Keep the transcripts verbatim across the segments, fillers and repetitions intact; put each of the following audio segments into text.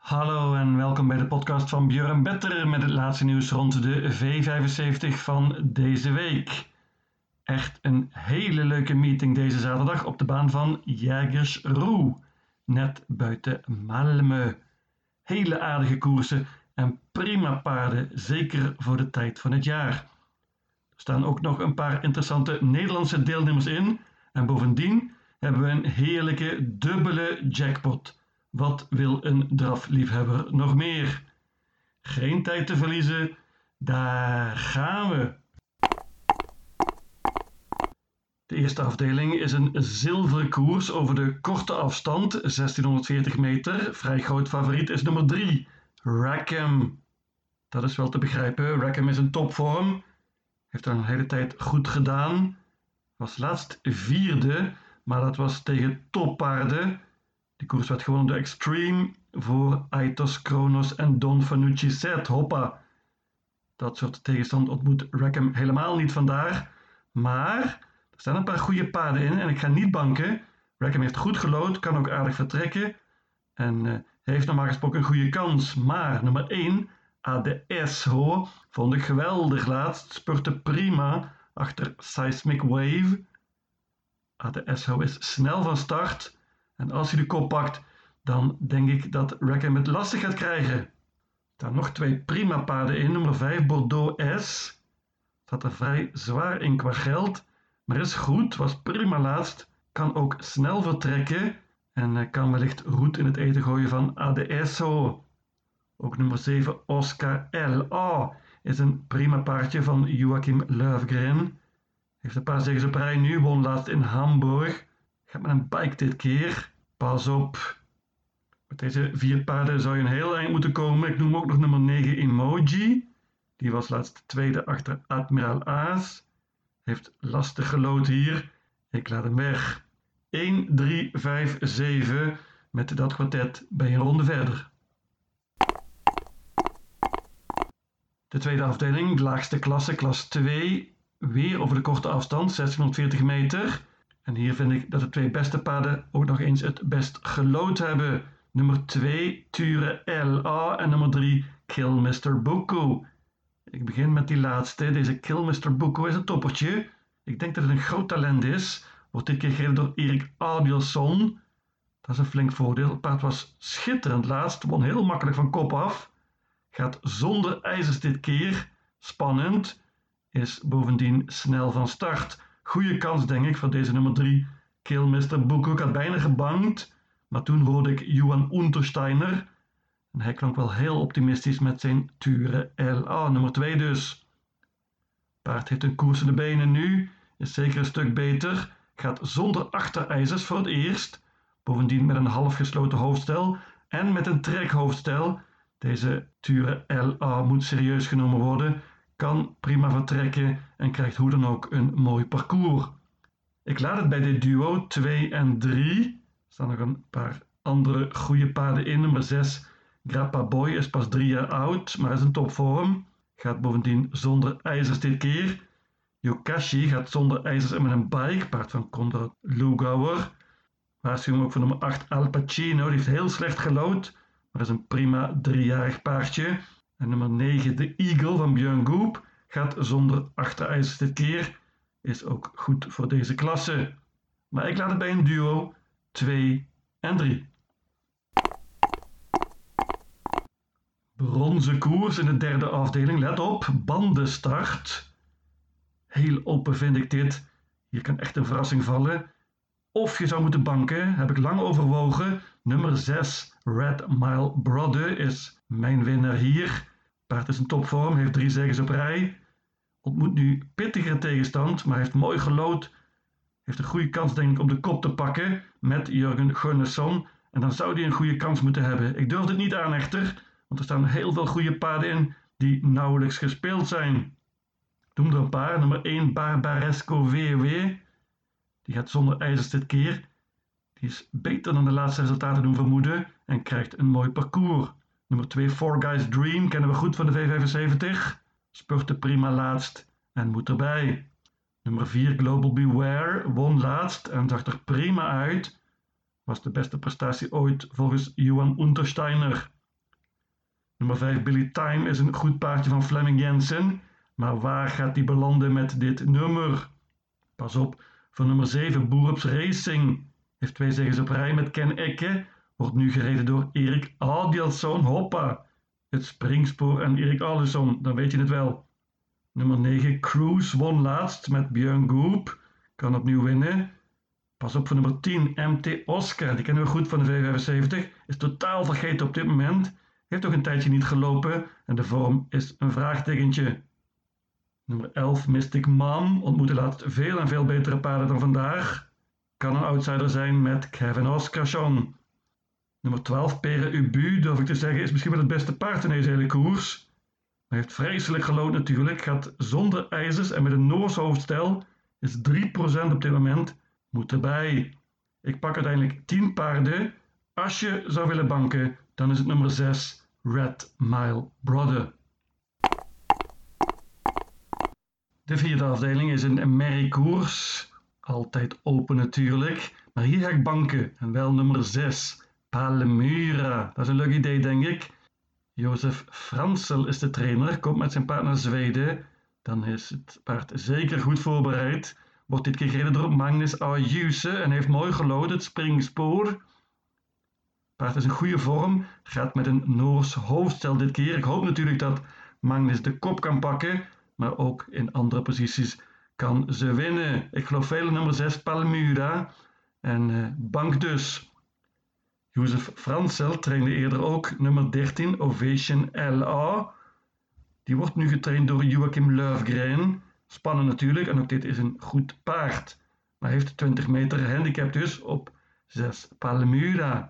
Hallo en welkom bij de podcast van Björn Better met het laatste nieuws rond de V vijfenzeventig van deze week. Echt een hele leuke meeting deze zaterdag op de baan van Jägersro, net buiten Malmö. Hele aardige koersen en prima paarden, zeker voor de tijd van het jaar. Er staan ook nog een paar interessante Nederlandse deelnemers in en bovendien hebben we een heerlijke dubbele jackpot. Wat wil een drafliefhebber nog meer? Geen tijd te verliezen, daar gaan we! De eerste afdeling is een zilveren koers over de korte afstand, zestienhonderdveertig meter. Vrij groot favoriet is nummer drie, Rackham. Dat is wel te begrijpen, Rackham is in topvorm. Heeft er een hele tijd goed gedaan. Was laatst vierde, maar dat was tegen toppaarden. De koers werd gewonnen door Extreme voor Aitos Kronos en Don Fanucci Zet. Hoppa! Dat soort tegenstand ontmoet Rackham helemaal niet vandaar. Maar er staan een paar goede paarden in en ik ga niet banken. Rackham heeft goed gelood, kan ook aardig vertrekken. En uh, heeft normaal gesproken een goede kans. Maar nummer één, Adesho, vond ik geweldig laatst. Spurte prima achter Seismic Wave. Adesho is snel van start. En als hij de kop pakt, dan denk ik dat Rackham het lastig gaat krijgen. Er staan nog twee prima paarden in. Nummer vijf, Bordeaux S. Staat er vrij zwaar in qua geld, maar is goed, was prima laatst. Kan ook snel vertrekken en kan wellicht roet in het eten gooien van Adesho. Ook nummer zeven, Oscar L A, is een prima paardje van Joachim Löfgren. Heeft een paar zegens op rij nu, won laatst in Hamburg. Gaat met een bike dit keer. Pas op. Met deze vier paarden zou je een heel eind moeten komen. Ik noem ook nog nummer negen Emoji. Die was laatst tweede achter Admiral Aas. Heeft lastig gelood hier. Ik laat hem weg. een, drie, vijf, zeven. Met dat kwartet ben je een ronde verder. De tweede afdeling, de laagste klasse, klas twee. Weer over de korte afstand, zestienhonderdveertig meter. En hier vind ik dat de twee beste paarden ook nog eens het best gelood hebben. Nummer twee, Ture L A en nummer drie, Kill mister Buku. Ik begin met die laatste. Deze Kill mister Buku is een toppertje. Ik denk dat het een groot talent is. Wordt dit keer gegeven door Erik Adielson. Dat is een flink voordeel. Het paard was schitterend laatst. Won heel makkelijk van kop af. Gaat zonder ijzers dit keer. Spannend. Is bovendien snel van start. Goeie kans denk ik voor deze nummer drie, Kill mister Buku. Ik had bijna gebankt, maar toen hoorde ik Johan Untersteiner. En hij klonk wel heel optimistisch met zijn Ture L A, nummer twee dus. Paard heeft een koers in de benen nu, is zeker een stuk beter. Gaat zonder achterijzers voor het eerst. Bovendien met een half gesloten hoofdstel en met een trekhoofdstel. Deze Ture L A moet serieus genomen worden. Kan prima vertrekken en krijgt hoe dan ook een mooi parcours. Ik laat het bij dit duo twee en drie. Er staan nog een paar andere goede paarden in. Nummer zes, Grappa Boy, is pas drie jaar oud, maar is in topvorm. Gaat bovendien zonder ijzers dit keer. Yokashi gaat zonder ijzers en met een bike, paard van Konrad Lugauer. Waarschuwing ook voor nummer acht, Al Pacino, die heeft heel slecht gelood, maar is een prima driejarig paardje. En nummer negen, de Eagle van Björn Goop, gaat zonder achterijzers dit keer. Is ook goed voor deze klasse. Maar ik laat het bij een duo twee en drie. Bronzen koers in de derde afdeling. Let op, bandenstart. Heel open vind ik dit. Hier kan echt een verrassing vallen. Of je zou moeten banken, heb ik lang overwogen. Nummer zes, Red Mile Brother, is mijn winnaar hier. Paard is in topvorm, heeft drie zegens op rij. Ontmoet nu pittigere tegenstand, maar heeft mooi gelood. Heeft een goede kans denk ik om de kop te pakken met Jurgen Gunnarsson. En dan zou hij een goede kans moeten hebben. Ik durf het niet aan echter, want er staan heel veel goede paarden in die nauwelijks gespeeld zijn. Ik noem er een paar. Nummer één, Barbaresco V W. Die gaat zonder ijzers dit keer. Die is beter dan de laatste resultaten doen vermoeden en krijgt een mooi parcours. Nummer twee, Four Guys Dream, kennen we goed van de V vijfenzeventig. Spurte prima laatst en moet erbij. Nummer vier, Global Beware, won laatst en zag er prima uit. Was de beste prestatie ooit volgens Johan Untersteiner. Nummer vijf Billy Time is een goed paardje van Flemming Jensen. Maar waar gaat die belanden met dit nummer? Pas op, voor nummer zeven Boerups Racing. Heeft twee zegens op rij met Ken Ekke. Wordt nu gereden door Erik Adielsson. Hoppa! Het springspoor en Erik Adielsson, dan weet je het wel. Nummer negen Cruise won laatst met Björn Goop. Kan opnieuw winnen. Pas op voor nummer tien M T Oscar. Die kennen we goed van de V vijfenzeventig. Is totaal vergeten op dit moment. Heeft ook een tijdje niet gelopen. En de vorm is een vraagtekentje. Nummer elf Mystic Mom ontmoette laatst veel en veel betere paarden dan vandaag. Kan een outsider zijn met Kevin Oscarsson. Nummer twaalf Pere Ubu, durf ik te zeggen, is misschien wel het beste paard in deze hele koers. Hij heeft vreselijk gelood natuurlijk, gaat zonder ijzers en met een Noors hoofdstel. Is drie procent op dit moment. Moet erbij. Ik pak uiteindelijk tien paarden. Als je zou willen banken, dan is het nummer zes Red Mile Brother. De vierde afdeling is een merriekoers. Altijd open natuurlijk. Maar hier ga ik banken. En wel nummer zes. Palmyra. Dat is een leuk idee, denk ik. Jozef Fransel is de trainer. Komt met zijn paard naar Zweden. Dan is het paard zeker goed voorbereid. Wordt dit keer gereden door Magnus Ayuse. En heeft mooi gelood het springspoor. Het paard is in goede vorm. Gaat met een Noors hoofdstel dit keer. Ik hoop natuurlijk dat Magnus de kop kan pakken. Maar ook in andere posities kan ze winnen. Ik geloof veel in nummer zes Palmyra. En uh, bank dus. Jozef Fransel trainde eerder ook nummer dertien Ovation L A. Die wordt nu getraind door Joachim Löfgren. Spannend natuurlijk en ook dit is een goed paard. Maar heeft twintig meter handicap dus op zes Palmyra.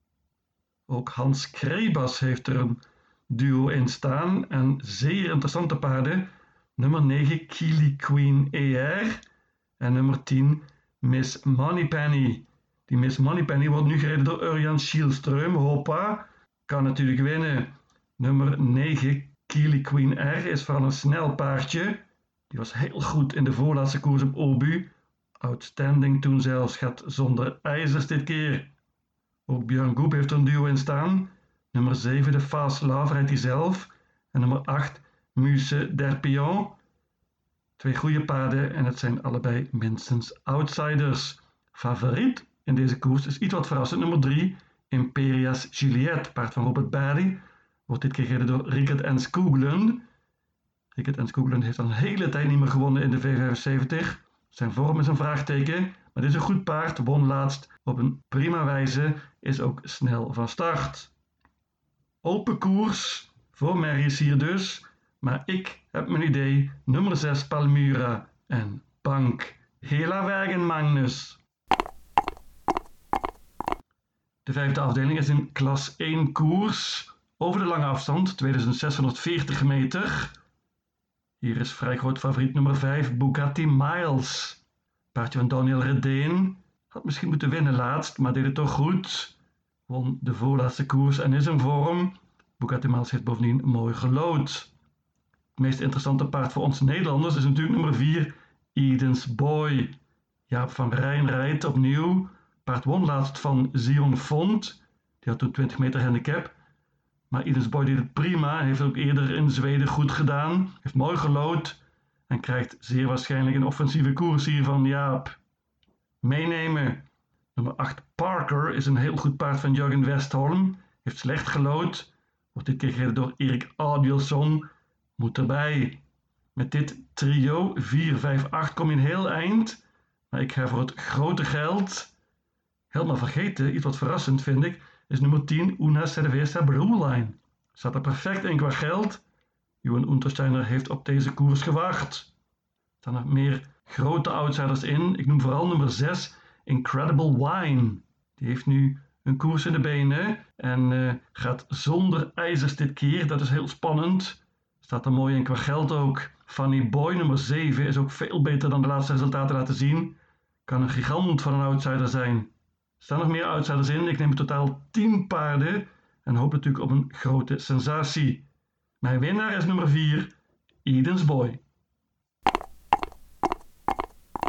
Ook Hans Krebas heeft er een duo in staan. En zeer interessante paarden. Nummer negen Keely Queen E R. En nummer tien Miss Moneypenny. Die Miss Moneypenny wordt nu gereden door Örjan Kihlström. Hoppa, kan natuurlijk winnen. Nummer negen Keely Queen R is vooral een snel paardje. Die was heel goed in de voorlaatste koers op Åby. Outstanding toen zelfs, gaat zonder ijzers dit keer. Ook Björn Goop heeft er een duo in staan. Nummer zeven de Fast Love rijdt hij zelf. En nummer acht Muse Derpion. Twee goede paarden en het zijn allebei minstens outsiders. Favoriet in deze koers is iets wat verrassend. Nummer drie Imperias Juliet, paard van Robert Barry. Wordt dit keer gereden door Rickert en Skoglund. Rickert en Skoglund heeft al een hele tijd niet meer gewonnen in de V vijfenzeventig. Zijn vorm is een vraagteken, maar dit is een goed paard. Won laatst op een prima wijze, is ook snel van start. Open koers, voor merries hier dus. Maar ik heb mijn idee, nummer zes Palmyra en bank. Hela wegen Magnus. De vijfde afdeling is een klas één koers over de lange afstand, tweeduizendzeshonderdveertig meter. Hier is vrij groot favoriet nummer vijf Bugatti Miles. Paardje van Daniel Redeen. Had misschien moeten winnen laatst, maar deed het toch goed. Won de voorlaatste koers en is in vorm. Bugatti Miles heeft bovendien mooi gelood. Het meest interessante paard voor ons Nederlanders is natuurlijk nummer vier Eden's Boy. Jaap van Rijn rijdt opnieuw. Paard won laatst van Zion Font. Die had toen twintig meter handicap. Maar Eden's Boy deed het prima. Heeft ook eerder in Zweden goed gedaan. Heeft mooi gelood. En krijgt zeer waarschijnlijk een offensieve koers hier van Jaap. Meenemen. Nummer acht Parker is een heel goed paard van Jurgen Westholm. Heeft slecht gelood. Wordt dit keer gereden door Erik Adielsson. Moet erbij. Met dit trio vier, vijf, acht kom je een heel eind. Maar ik ga voor het grote geld. Helemaal vergeten, iets wat verrassend vind ik, is nummer tien Una Cerveza Brewline. Staat er perfect in qua geld. Johan Untersteiner heeft op deze koers gewacht. Er staan nog meer grote outsiders in. Ik noem vooral nummer zes Incredible Wine. Die heeft nu een koers in de benen en uh, gaat zonder ijzers dit keer. Dat is heel spannend. Staat er mooi in qua geld ook. Funny Boy nummer zeven is ook veel beter dan de laatste resultaten laten zien. Kan een gigant van een outsider zijn. Er staan nog meer outsiders in. Ik neem in totaal tien paarden en hoop natuurlijk op een grote sensatie. Mijn winnaar is nummer vier, Eden's Boy.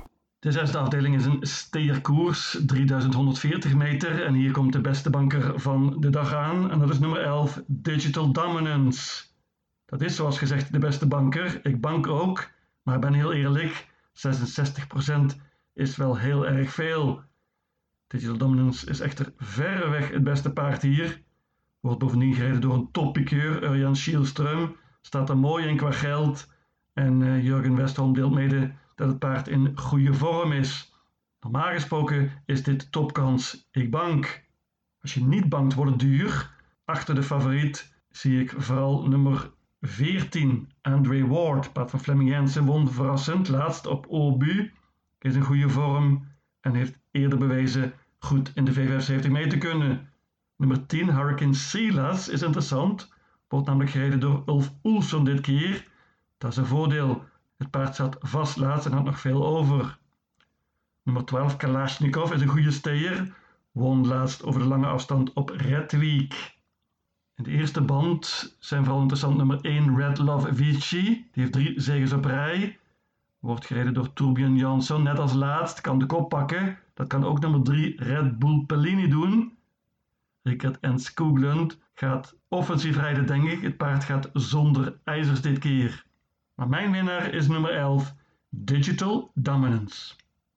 De zesde afdeling is een steerkoers, drieduizend honderdveertig meter. En hier komt de beste banker van de dag aan. En dat is nummer elf, Digital Dominance. Dat is zoals gezegd de beste banker. Ik bank ook, maar ik ben heel eerlijk, zesenzestig procent is wel heel erg veel. Digital Dominance is echter verreweg het beste paard hier. Wordt bovendien gereden door een toppikeur, Örjan Kihlström. Staat er mooi in qua geld. En uh, Jurgen Westholm deelt mede dat het paard in goede vorm is. Normaal gesproken is dit topkans. Ik bank. Als je niet bankt wordt het duur. Achter de favoriet zie ik vooral nummer veertien, Andre Ward. Paard van Flemming Jensen won verrassend laatst op Obu. Is in goede vorm en heeft eerder bewezen goed in de V vijfenzeventig mee te kunnen. Nummer tien, Hurricane Silas, is interessant. Wordt namelijk gereden door Ulf Oelsson dit keer. Dat is een voordeel. Het paard zat vast laatst en had nog veel over. Nummer twaalf, Kalashnikov, is een goede steer. Won laatst over de lange afstand op Red Week. In de eerste band zijn vooral interessant nummer één, Red Love Vici. Die heeft drie zegens op rij. Wordt gereden door Torbjörn Jansson, net als laatst. Kan de kop pakken. Dat kan ook nummer drie, Red Bull Pellini doen. Rickert en Skoglund gaat offensief rijden, denk ik. Het paard gaat zonder ijzers dit keer. Maar mijn winnaar is nummer elf, Digital Dominance.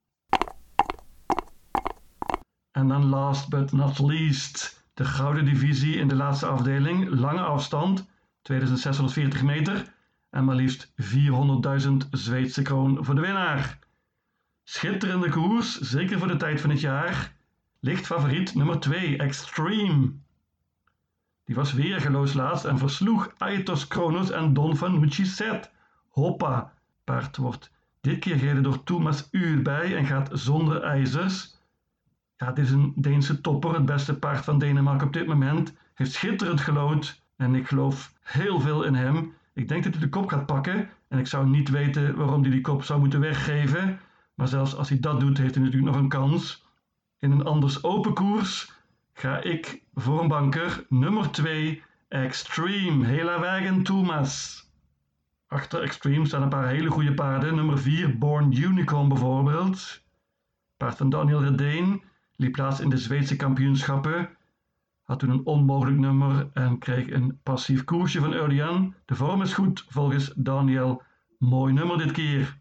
En dan last but not least, de gouden divisie in de laatste afdeling. Lange afstand, tweeduizend zeshonderdveertig meter. En maar liefst vierhonderdduizend Zweedse kroon voor de winnaar. Schitterende koers, zeker voor de tijd van het jaar. Licht favoriet nummer twee, Extreme. Die was weergeloos laatst en versloeg Aetos Kronos en Don Fanucci Zet. Hoppa, paard wordt dit keer gereden door Thomas Uurbij en gaat zonder ijzers. Ja, dit is een Deense topper, het beste paard van Denemarken op dit moment. Heeft schitterend gelood en ik geloof heel veel in hem. Ik denk dat hij de kop gaat pakken en ik zou niet weten waarom hij die kop zou moeten weggeven. Maar zelfs als hij dat doet, heeft hij natuurlijk nog een kans. In een anders open koers ga ik voor een banker nummer twee, Extreme. Hela Wagen Thomas. Achter Extreme staan een paar hele goede paarden. Nummer vier, Born Unicorn bijvoorbeeld. Paard van Daniel Redeen. Liep plaats in de Zweedse kampioenschappen. Had toen een onmogelijk nummer en kreeg een passief koersje van Örjan. De vorm is goed volgens Daniel. Mooi nummer dit keer.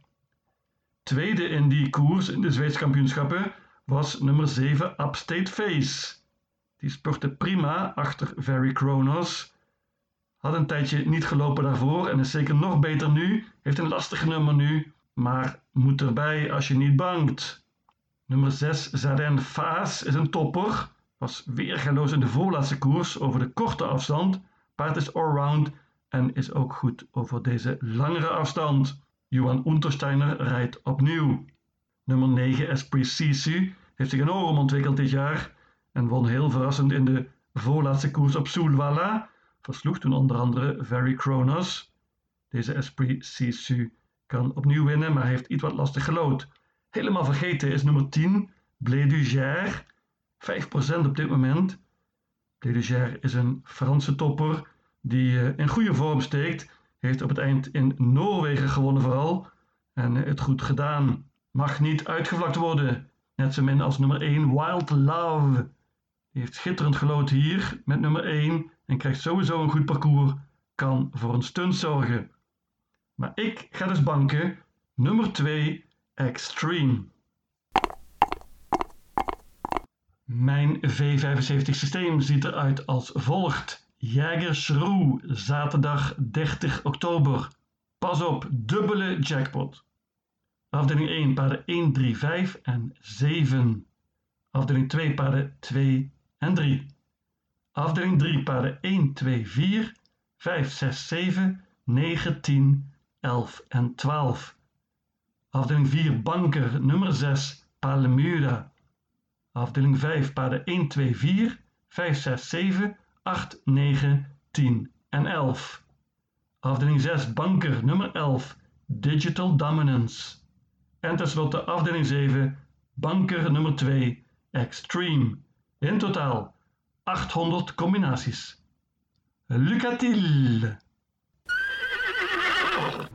Tweede in die koers in de Zweedse kampioenschappen was nummer zeven, Upstate Face. Die spurte prima achter Very Kronos. Had een tijdje niet gelopen daarvoor en is zeker nog beter nu. Heeft een lastig nummer nu, maar moet erbij als je niet bangt. Nummer zes, Zaren Faas, is een topper. Was weergeloos in de voorlaatste koers over de korte afstand. Paard is allround en is ook goed over deze langere afstand. Johan Untersteiner rijdt opnieuw. Nummer negen, Esprit Sisu, heeft zich enorm ontwikkeld dit jaar en won heel verrassend in de voorlaatste koers op Solvalla. Versloeg toen onder andere Very Kronos. Deze Esprit Sisu kan opnieuw winnen, maar heeft iets wat lastig gelood. Helemaal vergeten is nummer tien, Blé du Gers, vijf procent op dit moment. Blé du Gers is een Franse topper die in goede vorm steekt. Heeft op het eind in Noorwegen gewonnen vooral en het goed gedaan. Mag niet uitgevlakt worden, net zo min als nummer één, Wild Love. Die heeft schitterend gelood hier met nummer één en krijgt sowieso een goed parcours, kan voor een stunt zorgen. Maar ik ga dus banken, nummer twee, Extreme. Mijn V vijfenzeventig systeem ziet eruit als volgt. Jägersro, zaterdag dertig oktober. Pas op, dubbele jackpot. Afdeling één, paarden één, drie, vijf en zeven. Afdeling twee, paarden twee en drie. Afdeling drie, paarden één, twee, vier, vijf, zes, zeven, negen, tien, elf en twaalf. Afdeling vier, banker nummer zes, Palmyra. Afdeling vijf, paarden één, twee, vier, vijf, zes, zeven, acht, negen, tien en elf. Afdeling zes, banker nummer elf, Digital Dominance. En tenslotte afdeling zeven, banker nummer twee, Extreme. In totaal achthonderd combinaties. Lucatil!